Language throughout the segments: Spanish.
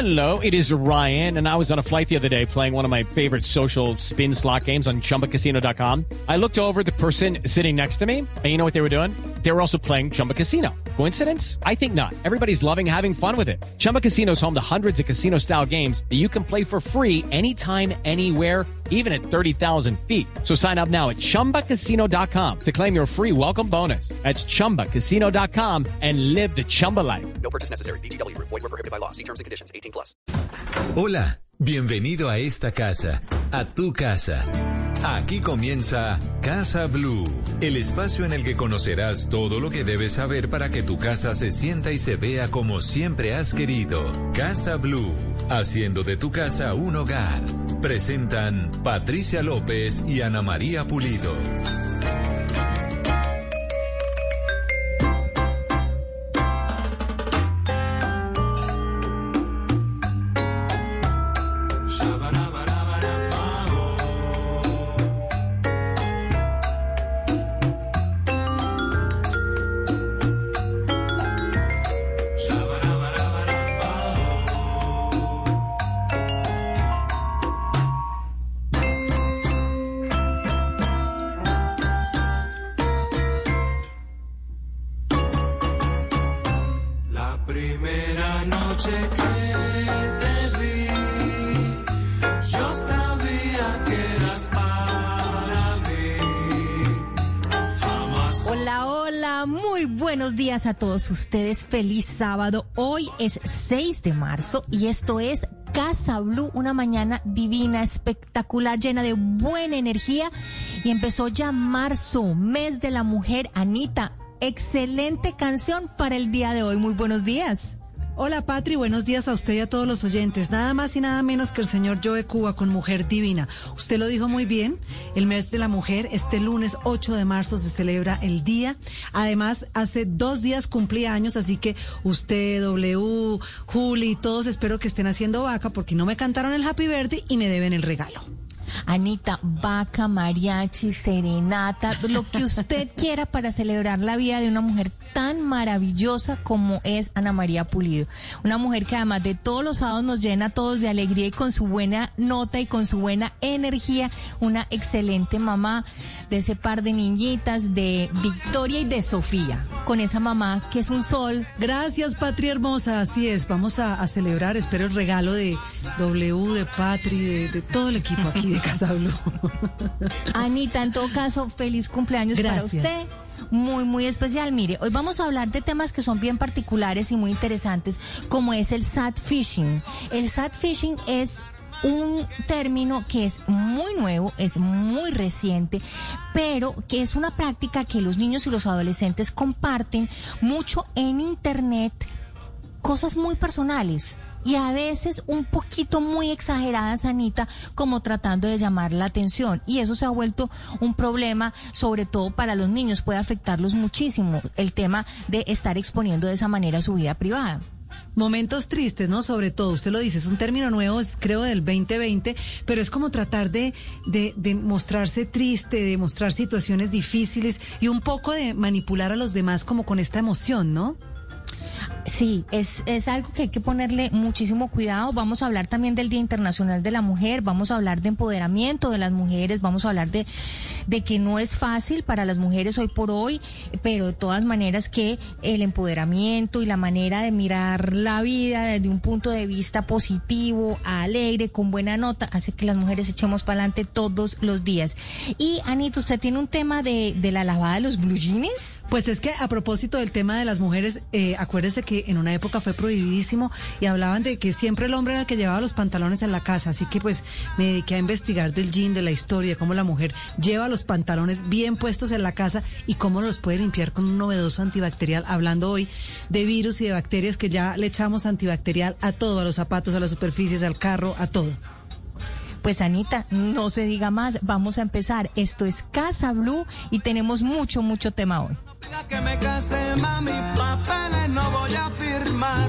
Hello, it is Ryan, and I was on a flight the other day playing one of my favorite social spin slot games on ChumbaCasino.com. I looked over at the person sitting next to me, and you know what they were doing? They were also playing Chumba Casino. Coincidence? I think not. Everybody's loving having fun with it. Chumba Casino is home to hundreds of casino-style games that you can play for free anytime, anywhere, even at 30,000 feet. So sign up now at ChumbaCasino.com to claim your free welcome bonus. That's ChumbaCasino.com and live the Chumba life. No purchase necessary. VGW. Void where prohibited by law. See terms and conditions. 18+. Hola, bienvenido a esta casa, a tu casa. Aquí comienza Casa Blue, el espacio en el que conocerás todo lo que debes saber para que tu casa se sienta y se vea como siempre has querido. Casa Blue, haciendo de tu casa un hogar. Presentan Patricia López y Ana María Pulido. Buenos días a todos ustedes, feliz sábado. Hoy es 6 de marzo y esto es Casa Blue, una mañana divina, espectacular, llena de buena energía. Y empezó ya marzo, mes de la mujer. Anita, excelente canción para el día de hoy. Muy buenos días. Hola Patri, buenos días a usted y a todos los oyentes. Nada más y nada menos que el señor Joe Cuba con Mujer Divina. Usted lo dijo muy bien, el mes de la mujer, este lunes 8 de marzo se celebra el día. Además, hace 2 días cumplía años, así que usted, W, Juli, todos espero que estén haciendo vaca porque no me cantaron el Happy Birthday y me deben el regalo. Anita, vaca, mariachi, serenata, lo que usted quiera para celebrar la vida de una mujer tan maravillosa como es Ana María Pulido. Una mujer que además de todos los sábados nos llena a todos de alegría y con su buena nota y con su buena energía. Una excelente mamá de ese par de niñitas, de Victoria y de Sofía. Con esa mamá que es un sol. Gracias, Patri hermosa, así es. Vamos a celebrar, espero el regalo de W, de Patri, de todo el equipo aquí de Casa Blue. Anita, en todo caso, feliz cumpleaños. Gracias. Para usted. Muy, muy especial. Mire, hoy vamos a hablar de temas que son bien particulares y muy interesantes, como es el sad fishing. El sad fishing es un término que es muy nuevo, es muy reciente, pero que es una práctica que los niños y los adolescentes comparten mucho en internet, cosas muy personales. Y a veces un poquito muy exageradas, Anita, como tratando de llamar la atención. Y eso se ha vuelto un problema, sobre todo para los niños. Puede afectarlos muchísimo el tema de estar exponiendo de esa manera su vida privada. Momentos tristes, ¿no? Sobre todo, usted lo dice, es un término nuevo, es, creo, del 2020, pero es como tratar de mostrarse triste, de mostrar situaciones difíciles y un poco de manipular a los demás como con esta emoción, ¿no? Sí, es algo que hay que ponerle muchísimo cuidado. Vamos a hablar también del Día Internacional de la Mujer, vamos a hablar de empoderamiento de las mujeres, vamos a hablar de que no es fácil para las mujeres hoy por hoy, pero de todas maneras que el empoderamiento y la manera de mirar la vida desde un punto de vista positivo, alegre, con buena nota, hace que las mujeres echemos para adelante todos los días. Y Anita, ¿usted tiene un tema de la lavada de los blue jeans? Pues es que a propósito del tema de las mujeres, acuérdese que en una época fue prohibidísimo y hablaban de que siempre el hombre era el que llevaba los pantalones en la casa, así que pues me dediqué a investigar del jean, de la historia, cómo la mujer lleva los pantalones bien puestos en la casa y cómo los puede limpiar con un novedoso antibacterial, hablando hoy de virus y de bacterias que ya le echamos antibacterial a todo, a los zapatos, a las superficies, al carro, a todo. Pues Anita, no se diga más, vamos a empezar. Esto es Casa Blue y tenemos mucho, mucho tema hoy. Que me case, mami, papeles no voy a firmar.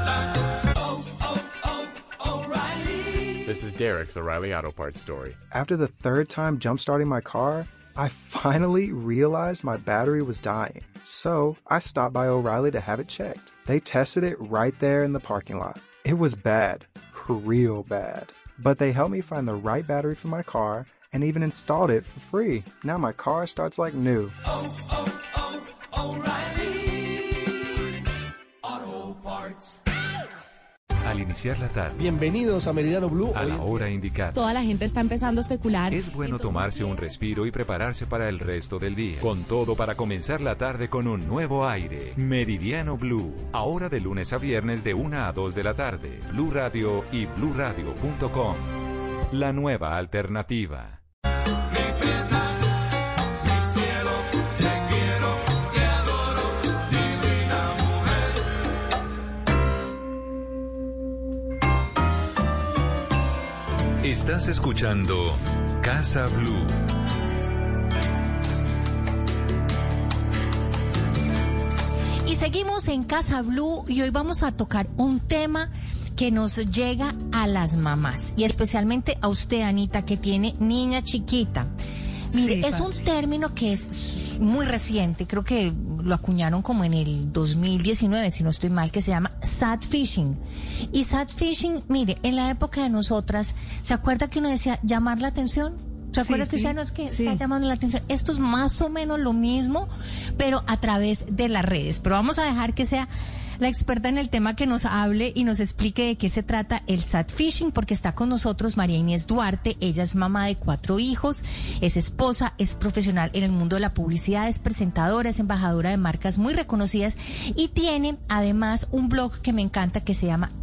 This is Derek's O'Reilly Auto Parts story. After the third time jump-starting my car, I finally realized my battery was dying. So I stopped by O'Reilly to have it checked. They tested it right there in the parking lot. It was bad, real bad. But they helped me find the right battery for my car and even installed it for free. Now my car starts like new. O'Reilly Auto Parts. Al iniciar la tarde, Bienvenidos a Meridiano Blue. a la hora indicada, Toda la gente está empezando a especular. es bueno tomarse un respiro y prepararse para el resto del día. Con todo para comenzar la tarde con un nuevo aire. Meridiano Blue. Ahora de lunes a viernes de 1 a 2 de la tarde. Blue Radio y bluradio.com. La nueva alternativa. Estás escuchando Casa Blue. Y seguimos en Casa Blue y hoy vamos a tocar un tema que nos llega a las mamás y especialmente a usted, Anita, que tiene niña chiquita. Mire, Sí, es un Patri. término que es muy reciente, creo que lo acuñaron como en el 2019, si no estoy mal, que se llama sad fishing. Y sad fishing, mire, en la época de nosotras, ¿se acuerda que uno decía llamar la atención? ¿Se Sí, acuerda que sí, usted no es que sí. está llamando la atención? Esto es más o menos lo mismo, pero a través de las redes. Pero vamos a dejar que sea la experta en el tema que nos hable y nos explique de qué se trata el sad fishing, porque está con nosotros María Inés Duarte. Ella es mamá de 4 hijos, es esposa, es profesional en el mundo de la publicidad, es presentadora, es embajadora de marcas muy reconocidas y tiene además un blog que me encanta que se llama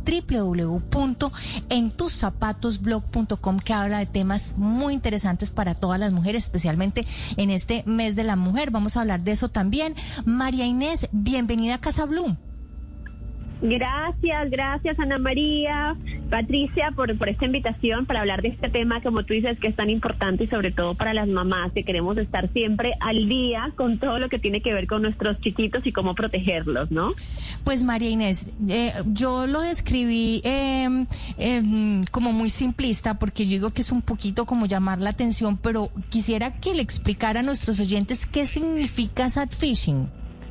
www.entuszapatosblog.com, que habla de temas muy interesantes para todas las mujeres, especialmente en este mes de la mujer. Vamos a hablar de eso también. María Inés, bienvenida a Casa Blue. Gracias Ana María, Patricia, por esta invitación para hablar de este tema, como tú dices, que es tan importante y sobre todo para las mamás, que queremos estar siempre al día con todo lo que tiene que ver con nuestros chiquitos y cómo protegerlos, ¿no? Pues María Inés, yo lo describí como muy simplista, porque yo digo que es un poquito como llamar la atención, pero quisiera que le explicara a nuestros oyentes qué significa sad fishing.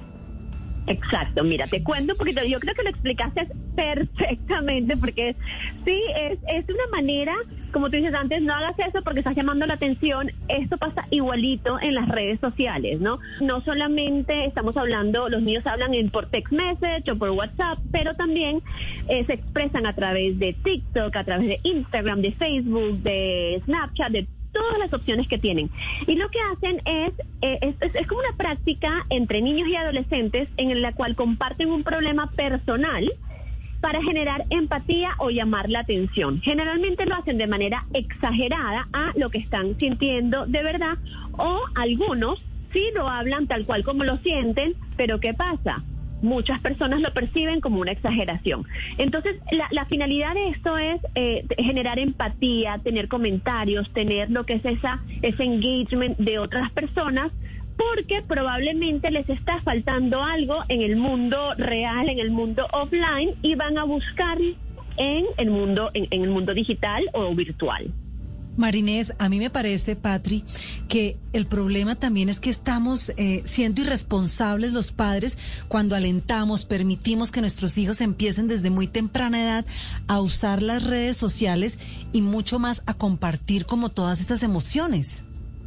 Exacto, mira, te cuento un poquito, yo creo que lo explicaste perfectamente, porque sí, es una manera, como tú dices antes, no hagas eso porque estás llamando la atención. Esto pasa igualito en las redes sociales, ¿no? No solamente estamos hablando, los niños hablan por text message o por WhatsApp, pero también se expresan a través de TikTok, a través de Instagram, de Facebook, de Snapchat, de todas las opciones que tienen. Y lo que hacen es como una práctica entre niños y adolescentes en la cual comparten un problema personal para generar empatía o llamar la atención. Generalmente lo hacen de manera exagerada a lo que están sintiendo de verdad, o algunos sí lo hablan tal cual como lo sienten, pero ¿qué pasa? Muchas personas lo perciben como una exageración. Entonces, la finalidad de esto es generar empatía, tener comentarios, tener lo que es ese engagement de otras personas, porque probablemente les está faltando algo en el mundo real, en el mundo offline, y van a buscar en el mundo digital o virtual. Marinés, a mí me parece, Patri, que el problema también es que estamos siendo irresponsables los padres cuando alentamos, permitimos que nuestros hijos empiecen desde muy temprana edad a usar las redes sociales y mucho más a compartir como todas estas emociones.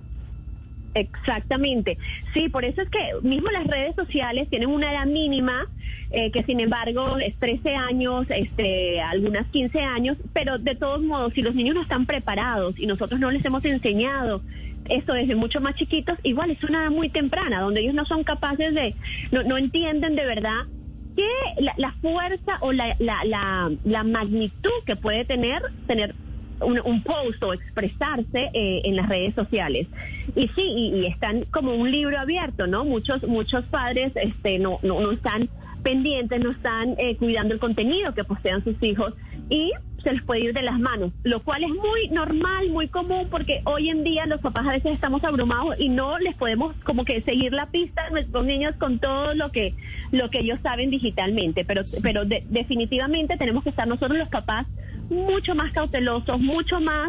Exactamente. Sí, por eso es que mismo las redes sociales tienen una edad mínima, que sin embargo es 13 años, algunas 15 años, pero de todos modos, si los niños no están preparados y nosotros no les hemos enseñado esto desde mucho más chiquitos, igual es una edad muy temprana, donde ellos no son capaces no entienden de verdad que la fuerza o la magnitud que puede tener un post o expresarse en las redes sociales. Y sí, y están como un libro abierto, ¿no? Muchos padres no están pendientes, no están cuidando el contenido que postean sus hijos y se les puede ir de las manos, lo cual es muy normal, muy común, porque hoy en día los papás a veces estamos abrumados y no les podemos como que seguir la pista a nuestros niños con todo lo que ellos saben digitalmente, pero definitivamente tenemos que estar nosotros los papás mucho más cautelosos, mucho más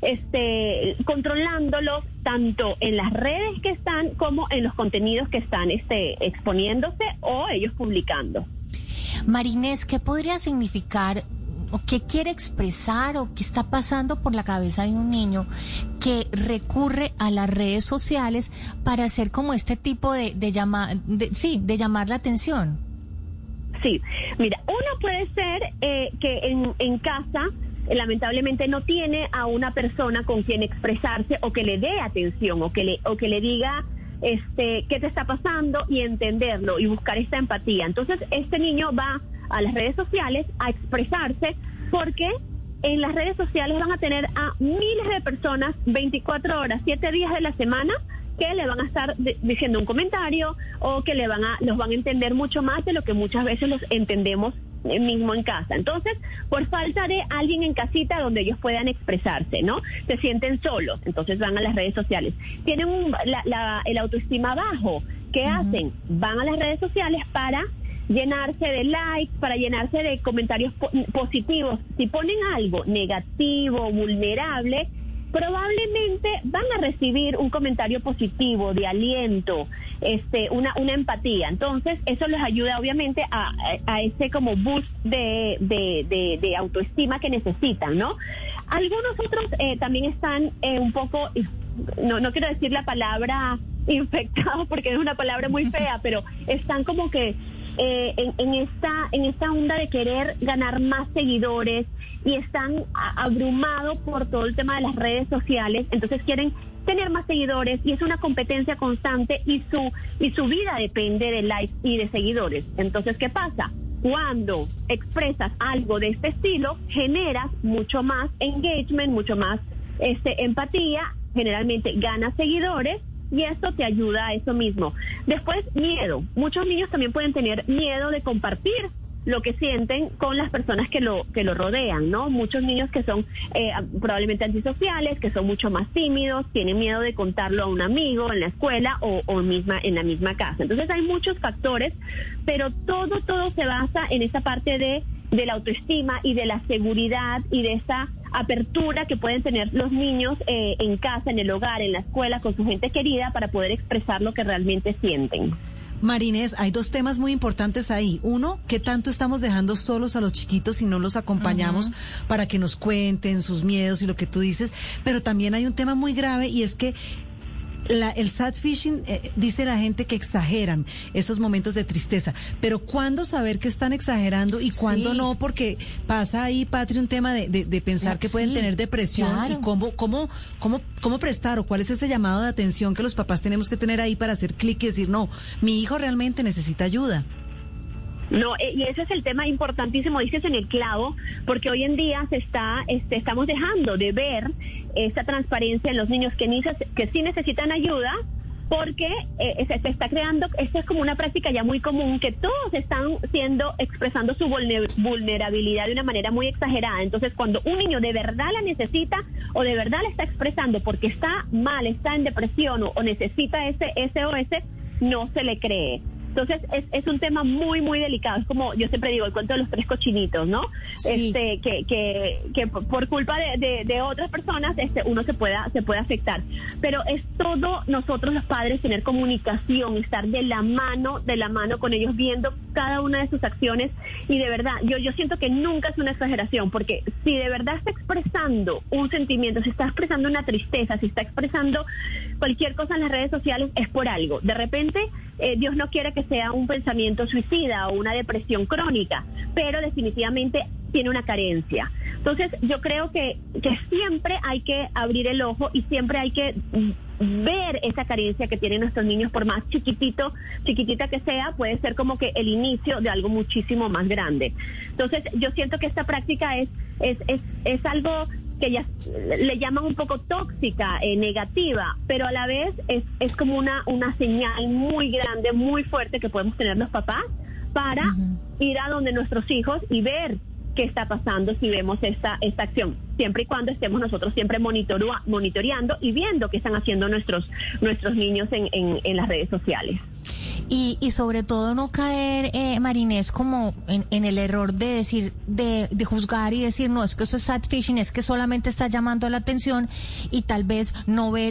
controlándolos, tanto en las redes que están como en los contenidos que están exponiéndose o ellos publicando. María Inés, ¿qué podría significar o qué quiere expresar o qué está pasando por la cabeza de un niño que recurre a las redes sociales para hacer como este tipo de llamar la atención? Sí, mira, uno puede ser que en casa lamentablemente no tiene a una persona con quien expresarse o que le dé atención o que le diga qué te está pasando y entenderlo y buscar esta empatía. Entonces este niño va a las redes sociales a expresarse porque en las redes sociales van a tener a miles de personas 24 horas, 7 días de la semana que le van a estar diciendo un comentario o que los van a entender mucho más de lo que muchas veces los entendemos mismo en casa. Entonces, por falta de alguien en casita donde ellos puedan expresarse, ¿no? Se sienten solos, entonces van a las redes sociales. Tienen el autoestima bajo. ¿Qué hacen? Van a las redes sociales para llenarse de likes, para llenarse de comentarios positivos. Si ponen algo negativo, vulnerable, probablemente van a recibir un comentario positivo, de aliento, una empatía. Entonces, eso les ayuda obviamente a ese como boost de autoestima que necesitan, ¿no? Algunos otros también están un poco, no quiero decir la palabra infectados porque es una palabra muy fea, pero están como que en esta onda de querer ganar más seguidores y están abrumados por todo el tema de las redes sociales, entonces quieren tener más seguidores y es una competencia constante y su vida depende de likes y de seguidores. Entonces, ¿qué pasa? Cuando expresas algo de este estilo, generas mucho más engagement, mucho más empatía, generalmente ganas seguidores. Y esto te ayuda a eso mismo. Después, miedo. Muchos niños también pueden tener miedo de compartir lo que sienten con las personas que lo rodean, ¿no? Muchos niños que son probablemente antisociales, que son mucho más tímidos, tienen miedo de contarlo a un amigo en la escuela o en la misma casa. Entonces hay muchos factores, pero todo se basa en esa parte de la autoestima y de la seguridad y de esa apertura que pueden tener los niños en casa, en el hogar, en la escuela, con su gente querida para poder expresar lo que realmente sienten. Marinés, hay dos temas muy importantes ahí. Uno, ¿qué tanto estamos dejando solos a los chiquitos y no los acompañamos para que nos cuenten sus miedos y lo que tú dices? Pero también hay un tema muy grave y es que el sad fishing, dice la gente que exageran esos momentos de tristeza, pero ¿cuándo saber que están exagerando y cuándo no? Porque pasa ahí, Patri, un tema de pensar que pueden tener depresión, claro. Y cómo prestar o cuál es ese llamado de atención que los papás tenemos que tener ahí para hacer clic y decir, no, mi hijo realmente necesita ayuda. No, y ese es el tema importantísimo, dices en el clavo, porque hoy en día estamos dejando de ver esa transparencia en los niños que sí necesitan ayuda, porque se está creando, esto es como una práctica ya muy común, que todos están expresando su vulnerabilidad de una manera muy exagerada. Entonces, cuando un niño de verdad la necesita o de verdad la está expresando porque está mal, está en depresión o necesita ese SOS, no se le cree. Entonces es un tema muy, muy delicado. Es como yo siempre digo, el cuento de los 3 cochinitos, ¿no? Sí. Que por culpa de otras personas uno se puede afectar. Pero es todo nosotros los padres tener comunicación, estar de la mano con ellos, viendo cada una de sus acciones. Y de verdad, yo siento que nunca es una exageración, porque si de verdad está expresando un sentimiento, si está expresando una tristeza, si está expresando cualquier cosa en las redes sociales, es por algo. De repente, Dios no quiere que sea un pensamiento suicida o una depresión crónica, pero definitivamente tiene una carencia. Entonces, yo creo que siempre hay que abrir el ojo y siempre hay que ver esa carencia que tienen nuestros niños, por más chiquitita que sea, puede ser como que el inicio de algo muchísimo más grande. Entonces, yo siento que esta práctica es algo que ya le llaman un poco tóxica, negativa, pero a la vez es como una señal muy grande, muy fuerte que podemos tener los papás para ir a donde nuestros hijos y ver qué está pasando si vemos esta acción, siempre y cuando estemos nosotros siempre monitoreando y viendo qué están haciendo nuestros niños en las redes sociales. Y sobre todo no caer, Marinés, como en el error de decir, de juzgar y decir, no, es que eso es sad fishing, es que solamente está llamando la atención, y tal vez no ver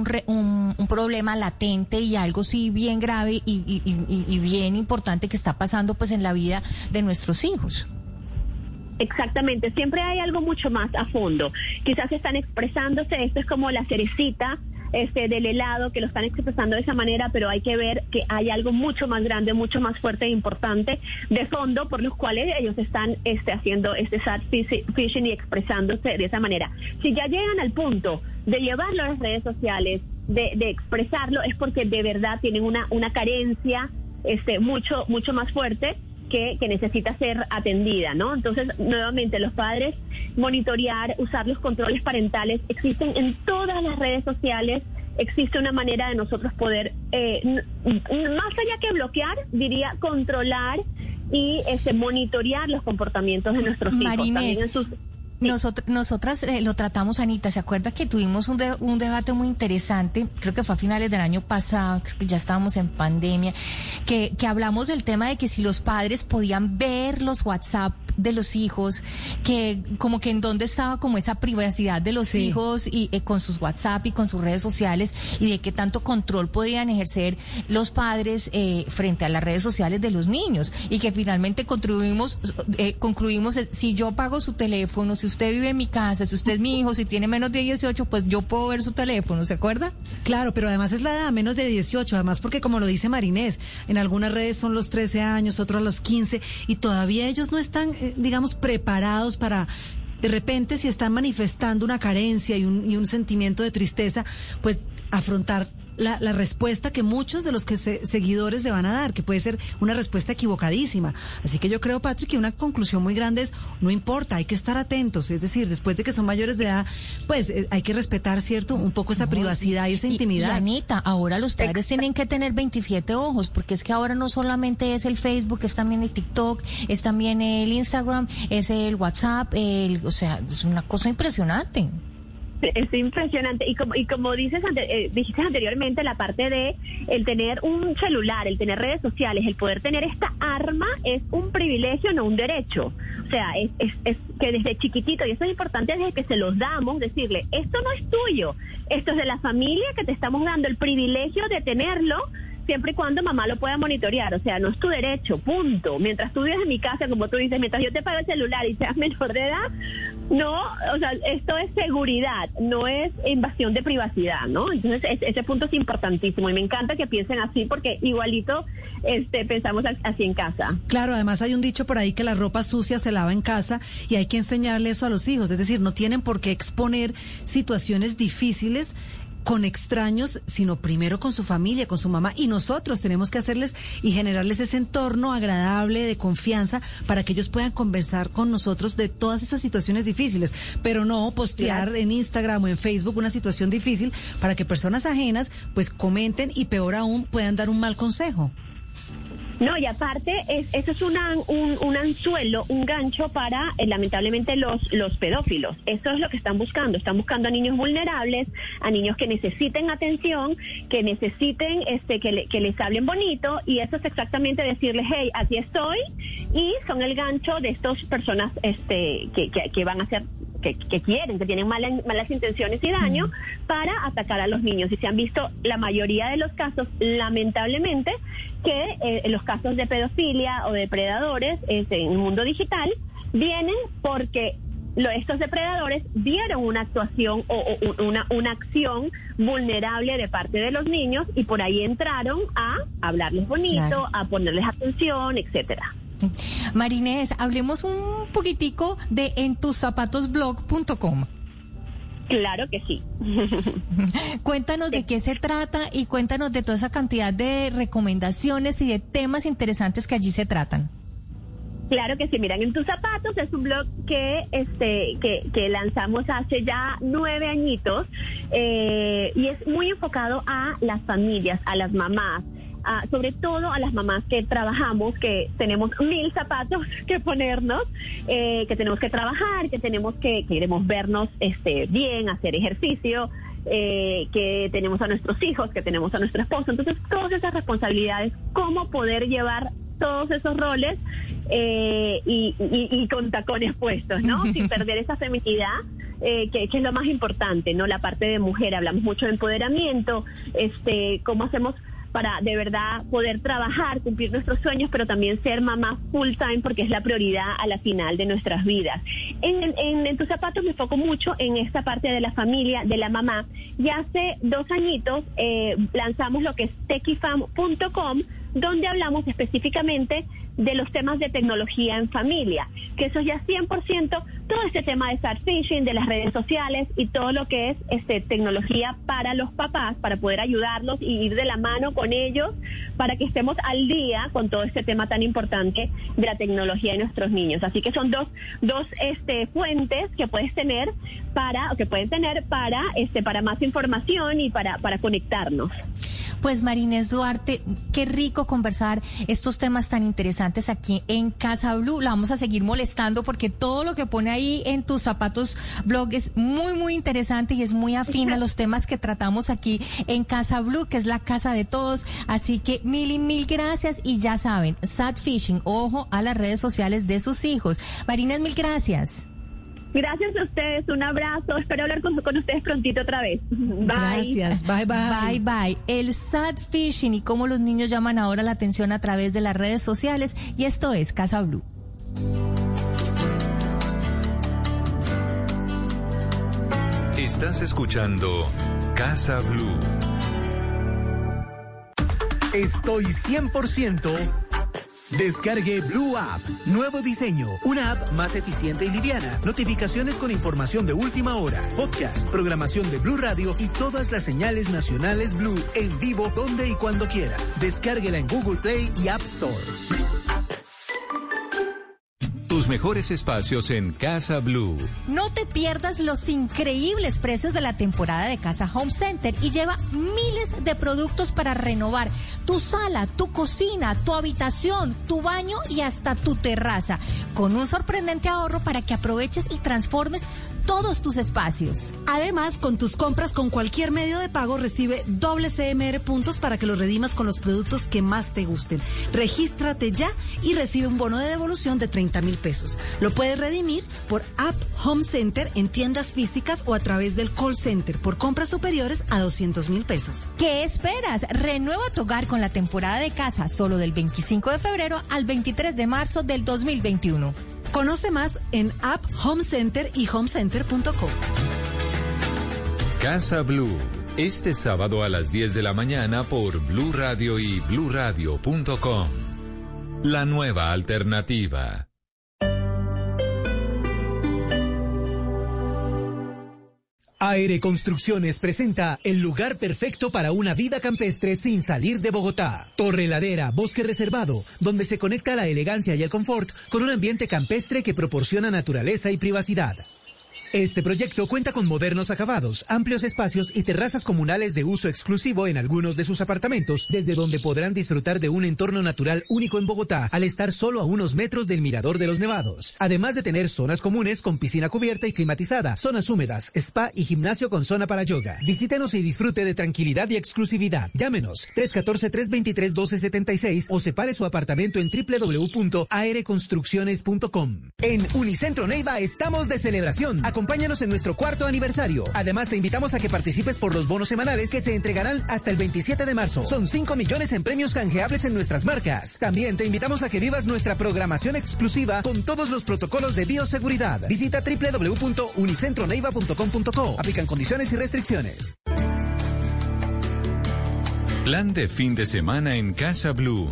un problema latente y algo sí bien grave y bien importante que está pasando pues en la vida de nuestros hijos. Exactamente, siempre hay algo mucho más a fondo. Quizás están expresándose, esto es como la cerecita del helado, que lo están expresando de esa manera, pero hay que ver que hay algo mucho más grande, mucho más fuerte e importante de fondo, por los cuales ellos están haciendo sad fishing y expresándose de esa manera. Si ya llegan al punto de llevarlo a las redes sociales, de expresarlo, es porque de verdad tienen una carencia mucho más fuerte que necesita ser atendida, ¿no? Entonces, nuevamente, los padres monitorear, usar los controles parentales, existen en todas las redes sociales, existe una manera de nosotros poder, más allá que bloquear, diría controlar y monitorear los comportamientos de nuestros hijos. También en sus... Nosotras lo tratamos, Anita. ¿Se acuerda que tuvimos un debate muy interesante? Creo que fue a finales del año pasado, creo que ya estábamos en pandemia, que hablamos del tema de que si los padres podían ver los WhatsApp de los hijos, que como que en dónde estaba como esa privacidad de los hijos y con sus WhatsApp y con sus redes sociales, y de qué tanto control podían ejercer los padres frente a las redes sociales de los niños, y que finalmente concluimos si yo pago su teléfono, si usted vive en mi casa, si usted es mi hijo, si tiene menos de 18, pues yo puedo ver su teléfono, ¿se acuerda? Claro, pero además es la edad, menos de 18, además porque como lo dice Marinés, en algunas redes son los 13 años, otros los 15, y todavía ellos no están, digamos, preparados para... De repente, si están manifestando una carencia y un sentimiento de tristeza, pues afrontar la respuesta que muchos de los seguidores le van a dar, que puede ser una respuesta equivocadísima. Así que yo creo, Patrick, que una conclusión muy grande es, no importa, hay que estar atentos. Es decir, después de que son mayores de edad, pues hay que respetar, ¿cierto?, un poco esa privacidad y esa intimidad. Y Anita, ahora los padres tienen que tener 27 ojos, porque es que ahora no solamente es el Facebook, es también el TikTok, es también el Instagram, es el WhatsApp, o sea, es una cosa impresionante. Es impresionante, y como dijiste anteriormente, la parte de el tener un celular, el tener redes sociales, el poder tener esta arma es un privilegio, no un derecho. O sea, es que desde chiquitito, y eso es importante desde que se los damos, decirle, esto no es tuyo, esto es de la familia, que te estamos dando el privilegio de tenerlo, siempre y cuando mamá lo pueda monitorear. O sea, no es tu derecho, punto. Mientras tú vives en mi casa, como tú dices, mientras yo te pago el celular y seas menor de edad, no, o sea, esto es seguridad, no es invasión de privacidad, ¿no? Entonces, ese punto es importantísimo, y me encanta que piensen así, porque igualito pensamos así en casa. Claro, además hay un dicho por ahí que la ropa sucia se lava en casa, y hay que enseñarle eso a los hijos. Es decir, no tienen por qué exponer situaciones difíciles con extraños, sino primero con su familia, con su mamá, y nosotros tenemos que hacerles y generarles ese entorno agradable, de confianza, para que ellos puedan conversar con nosotros de todas esas situaciones difíciles, pero no postear en Instagram o en Facebook una situación difícil para que personas ajenas pues comenten y, peor aún, puedan dar un mal consejo. No, y aparte, eso es un anzuelo, un gancho para, lamentablemente, los pedófilos. Eso es lo que están buscando a niños vulnerables, a niños que necesiten atención, que necesiten que les hablen bonito, y eso es exactamente decirles, hey, aquí estoy, y son el gancho de estas personas que van a ser, que quieren, que tienen malas intenciones y daño para atacar a los niños. Y se han visto la mayoría de los casos, lamentablemente, que los casos de pedofilia o depredadores en el mundo digital vienen porque estos depredadores vieron una actuación o una acción vulnerable de parte de los niños, y por ahí entraron a hablarles bonito, claro, a ponerles atención, etcétera. Marinés, hablemos un poquitico de entuszapatosblog.com. Claro que sí. Cuéntanos de qué se trata, y cuéntanos de toda esa cantidad de recomendaciones y de temas interesantes que allí se tratan. Claro que sí, miren, En Tus Zapatos es un blog que lanzamos hace ya 9 añitos, y es muy enfocado a las familias, a las mamás, sobre todo a las mamás que trabajamos, que tenemos 1000 zapatos que ponernos, que tenemos que trabajar, que queremos vernos bien, hacer ejercicio, que tenemos a nuestros hijos, que tenemos a nuestro esposo. Entonces, todas esas responsabilidades, cómo poder llevar todos esos roles y con tacones puestos, ¿no? Sin perder esa feminidad, que es lo más importante, ¿no? La parte de mujer, hablamos mucho de empoderamiento, cómo hacemos para de verdad poder trabajar, cumplir nuestros sueños, pero también ser mamá full time, porque es la prioridad a la final de nuestras vidas. En Tus Zapatos me enfoco mucho en esta parte de la familia, de la mamá, y hace 2 añitos lanzamos lo que es techifam.com, donde hablamos específicamente de los temas de tecnología en familia, que eso ya 100%, todo este tema de start fishing, de las redes sociales y todo lo que es tecnología para los papás, para poder ayudarlos y ir de la mano con ellos, para que estemos al día con todo este tema tan importante de la tecnología de nuestros niños. Así que son dos fuentes que pueden tener para más información y para conectarnos. Pues María Inés Duarte, qué rico conversar estos temas tan interesantes aquí en Casa Blue. La vamos a seguir molestando porque todo lo que pone ahí en Tus Zapatos blog es muy, muy interesante y es muy afín a los temas que tratamos aquí en Casa Blue, que es la casa de todos. Así que mil gracias y ya saben, Sad Fishing, ojo a las redes sociales de sus hijos. María Inés, mil gracias. Gracias a ustedes, un abrazo, espero hablar con ustedes prontito otra vez. Bye. Gracias, bye. El sad fishing y cómo los niños llaman ahora la atención a través de las redes sociales, y esto es Casa Blue. Estás escuchando Casa Blue. Estoy 100%. Descargue Blue App. Nuevo diseño. Una app más eficiente y liviana. Notificaciones con información de última hora. Podcast, programación de Blue Radio y todas las señales nacionales Blue en vivo donde y cuando quiera. Descárguela en Google Play y App Store. Tus mejores espacios en Casa Blue. No te pierdas los increíbles precios de la temporada de Casa Home Center y lleva miles de productos para renovar tu sala, tu cocina, tu habitación, tu baño y hasta tu terraza, con un sorprendente ahorro para que aproveches y transformes todos tus espacios. Además, con tus compras con cualquier medio de pago recibe doble CMR puntos para que los redimas con los productos que más te gusten. Regístrate ya y recibe un bono de devolución de 30,000 pesos. Lo puedes redimir por App Home Center en tiendas físicas o a través del call center por compras superiores a 200,000 pesos. ¿Qué esperas? Renueva tu hogar con la temporada de casa solo del 25 de febrero al 23 de marzo del 2021. Conoce más en App Home Center y homecenter.com. Casa Blue, este sábado a las 10 de la mañana por Blue Radio y bluradio.com. La nueva alternativa. AR Construcciones presenta el lugar perfecto para una vida campestre sin salir de Bogotá. Torre Ladera, bosque reservado, donde se conecta la elegancia y el confort con un ambiente campestre que proporciona naturaleza y privacidad. Este proyecto cuenta con modernos acabados, amplios espacios y terrazas comunales de uso exclusivo en algunos de sus apartamentos, desde donde podrán disfrutar de un entorno natural único en Bogotá, al estar solo a unos metros del Mirador de los Nevados. Además de tener zonas comunes con piscina cubierta y climatizada, zonas húmedas, spa y gimnasio con zona para yoga. Visítenos y disfrute de tranquilidad y exclusividad. Llámenos 314-323-1276 o separe su apartamento en www.arconstrucciones.com. En Unicentro Neiva estamos de celebración. Acompáñanos en nuestro 4º aniversario. Además, te invitamos a que participes por los bonos semanales que se entregarán hasta el 27 de marzo. Son 5 millones en premios canjeables en nuestras marcas. También te invitamos a que vivas nuestra programación exclusiva con todos los protocolos de bioseguridad. Visita www.unicentroneiva.com.co. Aplican condiciones y restricciones. Plan de fin de semana en Casa Blue.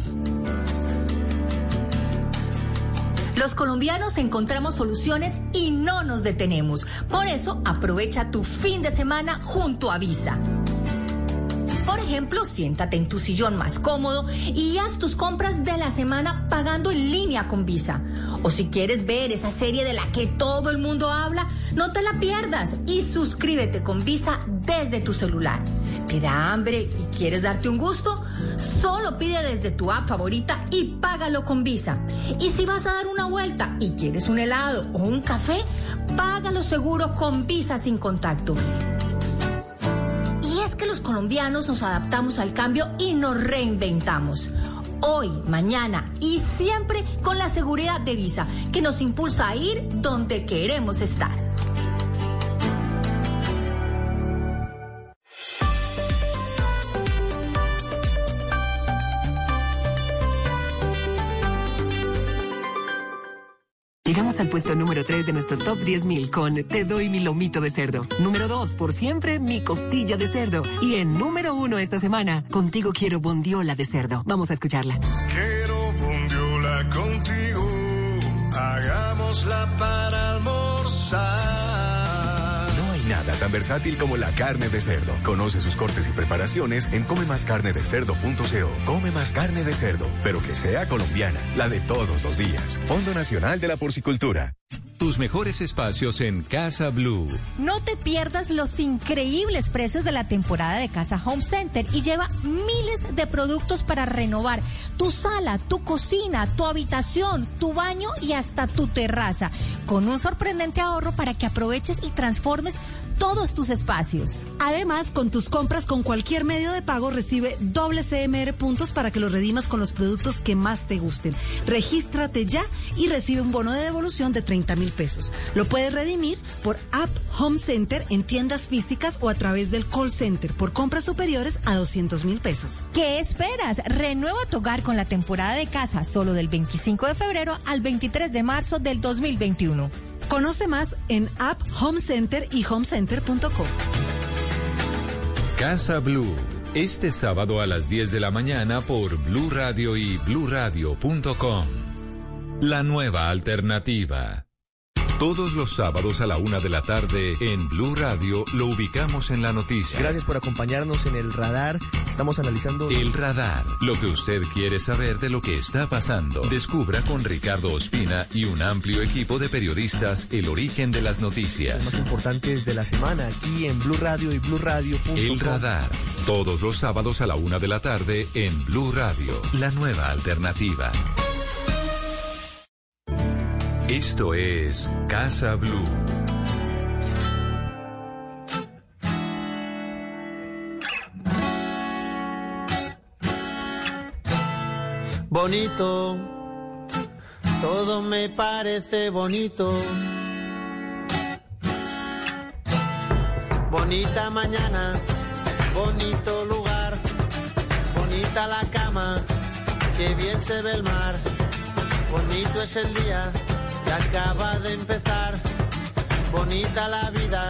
Los colombianos encontramos soluciones y no nos detenemos. Por eso, aprovecha tu fin de semana junto a Visa. Por ejemplo, siéntate en tu sillón más cómodo y haz tus compras de la semana pagando en línea con Visa. O si quieres ver esa serie de la que todo el mundo habla, no te la pierdas y suscríbete con Visa desde tu celular. ¿Te da hambre y quieres darte un gusto? Solo pide desde tu app favorita y págalo con Visa. Y si vas a dar una vuelta y quieres un helado o un café, págalo seguro con Visa sin contacto. Y es que los colombianos nos adaptamos al cambio y nos reinventamos. Hoy, mañana y siempre con la seguridad de Visa, que nos impulsa a ir donde queremos estar. Llegamos al puesto número 3 de nuestro Top 10,000 con Te doy mi lomito de cerdo. Número 2, por siempre, mi costilla de cerdo. Y en número 1 esta semana, Contigo quiero bondiola de cerdo. Vamos a escucharla. Quiero bondiola contigo, hagámosla para almorzar. Nada tan versátil como la carne de cerdo. Conoce sus cortes y preparaciones en comemascarnedecerdo.co. Come más carne de cerdo, pero que sea colombiana, la de todos los días. Fondo Nacional de la Porcicultura. Tus mejores espacios en Casa Blue. No te pierdas los increíbles precios de la temporada de Casa Home Center y lleva miles de productos para renovar tu sala, tu cocina, tu habitación, tu baño y hasta tu terraza, con un sorprendente ahorro para que aproveches y transformes todos tus espacios. Además, con tus compras con cualquier medio de pago recibe doble CMR puntos para que los redimas con los productos que más te gusten. Regístrate ya y recibe un bono de devolución de 30,000 pesos. Lo puedes redimir por App Home Center en tiendas físicas o a través del call center por compras superiores a 200,000 pesos. ¿Qué esperas? Renueva tu hogar con la temporada de casa solo del 25 de febrero al 23 de marzo del 2021. Conoce más en App Home Center y homecenter.com. Casa Blue, este sábado a las 10 de la mañana por Blue Radio y bluradio.com. La nueva alternativa. Todos los sábados a la 1 de la tarde en Blue Radio lo ubicamos en la noticia. Gracias por acompañarnos en El Radar. Estamos analizando... El Radar, lo que usted quiere saber de lo que está pasando. Descubra con Ricardo Ospina y un amplio equipo de periodistas el origen de las noticias. Los más importantes de la semana aquí en Blue Radio y bluradio.com. El Radar, todos los sábados a la 1 de la tarde en Blue Radio, la nueva alternativa. Esto es Casa Blue. Bonito, todo me parece bonito. Bonita mañana, bonito lugar, bonita la cama, qué bien se ve el mar. Bonito es el día que acaba de empezar, bonita la vida,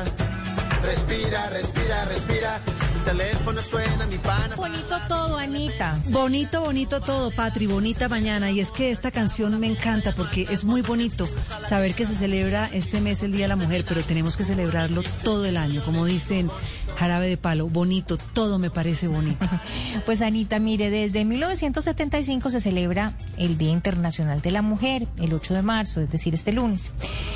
respira, respira, respira, mi teléfono suena, mi pana. Bonito todo, Anita. Bonito, bonito todo, Patri, bonita mañana. Y es que esta canción me encanta porque es muy bonito saber que se celebra este mes el Día de la Mujer, pero tenemos que celebrarlo todo el año, como dicen Jarabe de Palo, bonito, todo me parece bonito. Pues Anita, mire, desde 1975 se celebra el Día Internacional de la Mujer, el 8 de marzo, es decir, este lunes.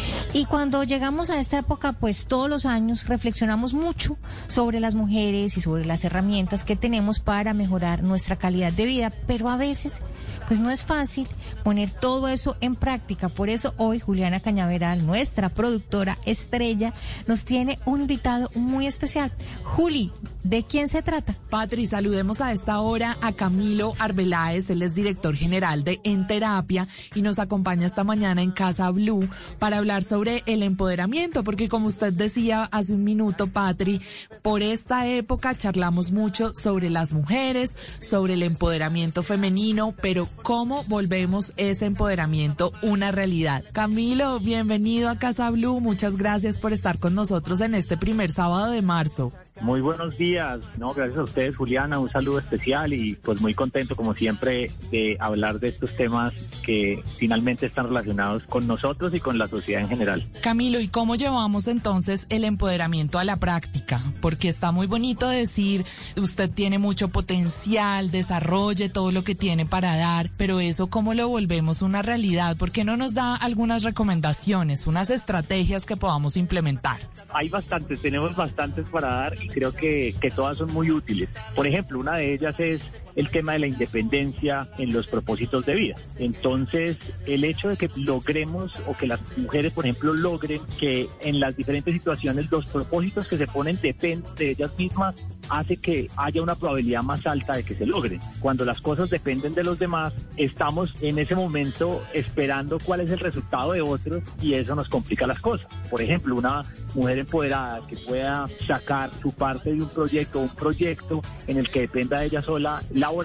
Y cuando llegamos a esta época, pues todos los años reflexionamos mucho sobre las mujeres y sobre las herramientas que tenemos para mejorar nuestra calidad de vida, pero a veces pues no es fácil poner todo eso en práctica. Por eso hoy Juliana Cañaveral, nuestra productora estrella, nos tiene un invitado muy especial. Juli, ¿de quién se trata? Patri, saludemos a esta hora a Camilo Arbeláez, él es director general de En Terapia y nos acompaña esta mañana en Casa Blue para hablar sobre el empoderamiento, porque como usted decía hace un minuto, Patri, por esta época charlamos mucho sobre las mujeres, sobre el empoderamiento femenino, pero ¿cómo volvemos ese empoderamiento una realidad? Camilo, bienvenido a Casa Blue, muchas gracias por estar con nosotros en este primer sábado de marzo. Muy buenos días, no, gracias a ustedes, Juliana, un saludo especial y pues muy contento como siempre de hablar de estos temas que finalmente están relacionados con nosotros y con la sociedad en general. Camilo, ¿y cómo llevamos entonces el empoderamiento a la práctica? Porque está muy bonito decir, usted tiene mucho potencial, desarrolle todo lo que tiene para dar, pero eso ¿cómo lo volvemos una realidad? ¿Por qué no nos da algunas recomendaciones, unas estrategias que podamos implementar? Hay bastantes, tenemos bastantes para dar y creo que todas son muy útiles. Por ejemplo, una de ellas es el tema de la independencia en los propósitos de vida. Entonces, el hecho de que logremos o que las mujeres, por ejemplo, logren que en las diferentes situaciones los propósitos que se ponen dependen de ellas mismas, hace que haya una probabilidad más alta de que se logren. Cuando las cosas dependen de los demás, estamos en ese momento esperando cuál es el resultado de otros y eso nos complica las cosas. Por ejemplo, una mujer empoderada que pueda sacar su parte de un proyecto en el que dependa de ella sola laboral,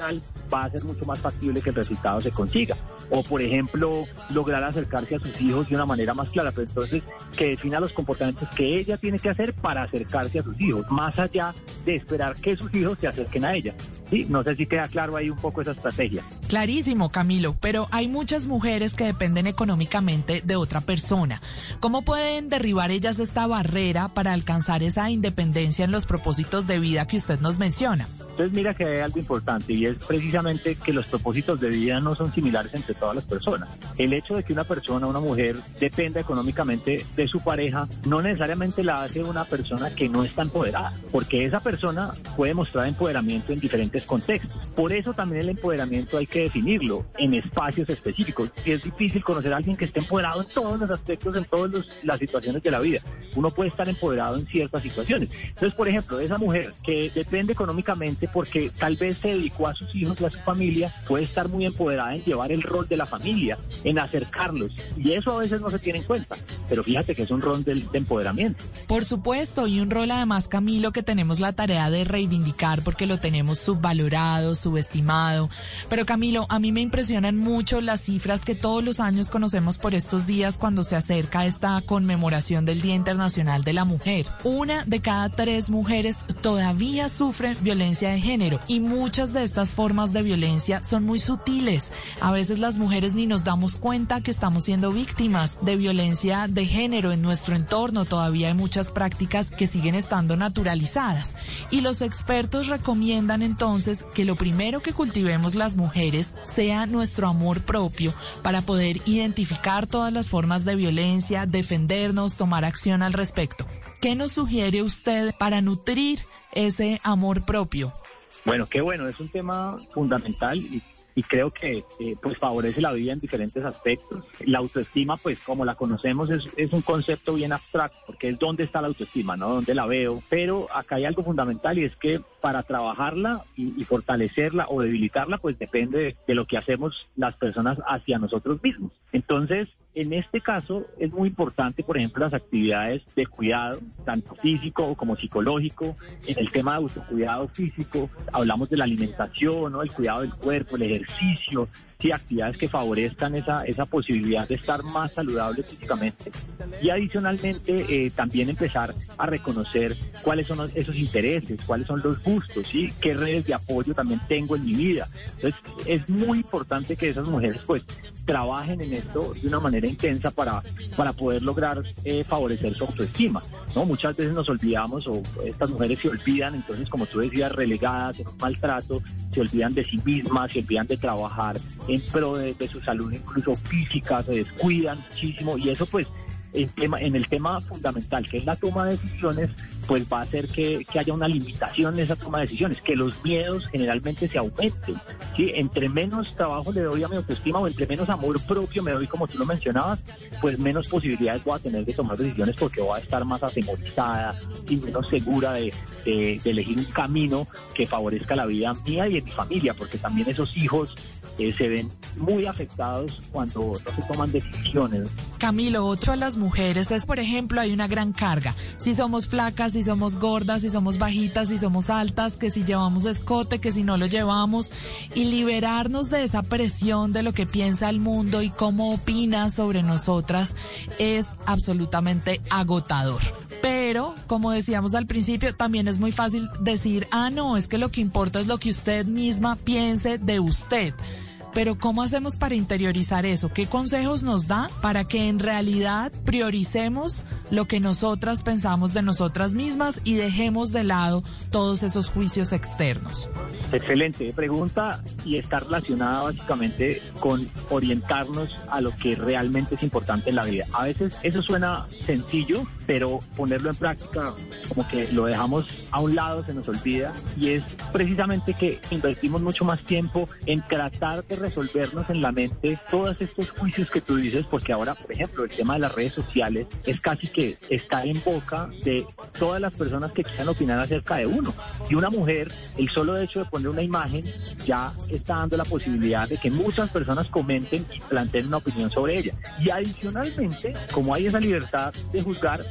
va a ser mucho más factible que el resultado se consiga. O, por ejemplo, lograr acercarse a sus hijos de una manera más clara, pero entonces que defina los comportamientos que ella tiene que hacer para acercarse a sus hijos, más allá de esperar que sus hijos se acerquen a ella. Sí, no sé si queda claro ahí un poco esa estrategia. Clarísimo, Camilo, pero hay muchas mujeres que dependen económicamente de otra persona. ¿Cómo pueden derribar ellas esta barrera para alcanzar esa independencia en los propósitos de vida que usted nos menciona? Entonces mira que hay algo importante y es precisamente que los propósitos de vida no son similares entre todas las personas. El hecho de que una persona, una mujer, dependa económicamente de su pareja no necesariamente la hace una persona que no está empoderada, porque esa persona puede mostrar empoderamiento en diferentes contextos. Por eso también el empoderamiento hay que definirlo en espacios específicos. Y es difícil conocer a alguien que esté empoderado en todos los aspectos, en todas las situaciones de la vida. Uno puede estar empoderado en ciertas situaciones. Entonces, por ejemplo, esa mujer que depende económicamente porque tal vez se dedicó a sus hijos y a su familia, puede estar muy empoderada en llevar el rol de la familia, en acercarlos, y eso a veces no se tiene en cuenta, pero fíjate que es un rol de empoderamiento. Por supuesto, y un rol además, Camilo, que tenemos la tarea de reivindicar porque lo tenemos subvalorado, subestimado. Pero Camilo, a mí me impresionan mucho las cifras que todos los años conocemos por estos días cuando se acerca esta conmemoración del Día Internacional de la Mujer. 1 de cada 3 mujeres todavía sufre violencia de género, y muchas de estas formas de violencia son muy sutiles. A veces las mujeres ni nos damos cuenta que estamos siendo víctimas de violencia de género en nuestro entorno. Todavía hay muchas prácticas que siguen estando naturalizadas, y los expertos recomiendan entonces que lo primero que cultivemos las mujeres sea nuestro amor propio para poder identificar todas las formas de violencia, defendernos, tomar acción al respecto. ¿Qué nos sugiere usted para nutrir ese amor propio? Bueno, qué bueno, es un tema fundamental y creo que pues favorece la vida en diferentes aspectos. La autoestima, pues como la conocemos, es un concepto bien abstracto, porque es dónde está la autoestima, ¿no? Dónde la veo. Pero acá hay algo fundamental, y es que para trabajarla y fortalecerla o debilitarla, pues depende de lo que hacemos las personas hacia nosotros mismos. Entonces, en este caso es muy importante, por ejemplo, las actividades de cuidado, tanto físico como psicológico. En el tema de autocuidado físico hablamos de la alimentación, ¿no? El cuidado del cuerpo, el ejercicio, sí, actividades que favorezcan esa posibilidad de estar más saludable físicamente. Y adicionalmente también empezar a reconocer cuáles son esos intereses, cuáles son los gustos, ¿sí? Qué redes de apoyo también tengo en mi vida. Entonces es muy importante que esas mujeres pues trabajen en esto de una manera intensa para poder lograr favorecer su autoestima, ¿no? Muchas veces nos olvidamos, o estas mujeres se olvidan, entonces, como tú decías, relegadas en un maltrato, se olvidan de sí mismas, se olvidan de trabajar en pro de su salud, incluso física, se descuidan muchísimo, y eso pues en el tema fundamental, que es la toma de decisiones, pues va a hacer que haya una limitación en esa toma de decisiones, que los miedos generalmente se aumenten, ¿sí? Entre menos trabajo le doy a mi autoestima, o entre menos amor propio me doy, como tú lo mencionabas, pues menos posibilidades voy a tener de tomar decisiones, porque voy a estar más atemorizada y menos segura de elegir un camino que favorezca la vida mía y de mi familia, porque también esos hijos se ven muy afectados cuando no se toman decisiones. Camilo, otro a las mujeres es, por ejemplo, hay una gran carga. Si somos flacas, si somos gordas, si somos bajitas, si somos altas, que si llevamos escote, que si no lo llevamos, y liberarnos de esa presión de lo que piensa el mundo y cómo opina sobre nosotras es absolutamente agotador. Pero, como decíamos al principio, también es muy fácil decir, no, es que lo que importa es lo que usted misma piense de usted. Pero ¿cómo hacemos para interiorizar eso? ¿Qué consejos nos da para que en realidad prioricemos lo que nosotras pensamos de nosotras mismas y dejemos de lado todos esos juicios externos? Excelente pregunta, y está relacionada básicamente con orientarnos a lo que realmente es importante en la vida. A veces eso suena sencillo, pero ponerlo en práctica como que lo dejamos a un lado, se nos olvida, y es precisamente que invertimos mucho más tiempo en tratar de resolvernos en la mente todos estos juicios que tú dices, porque ahora, por ejemplo, el tema de las redes sociales es casi que está en boca de todas las personas que quieran opinar acerca de uno. Y una mujer, el solo hecho de poner una imagen ya está dando la posibilidad de que muchas personas comenten y planteen una opinión sobre ella. Y adicionalmente, como hay esa libertad de juzgar,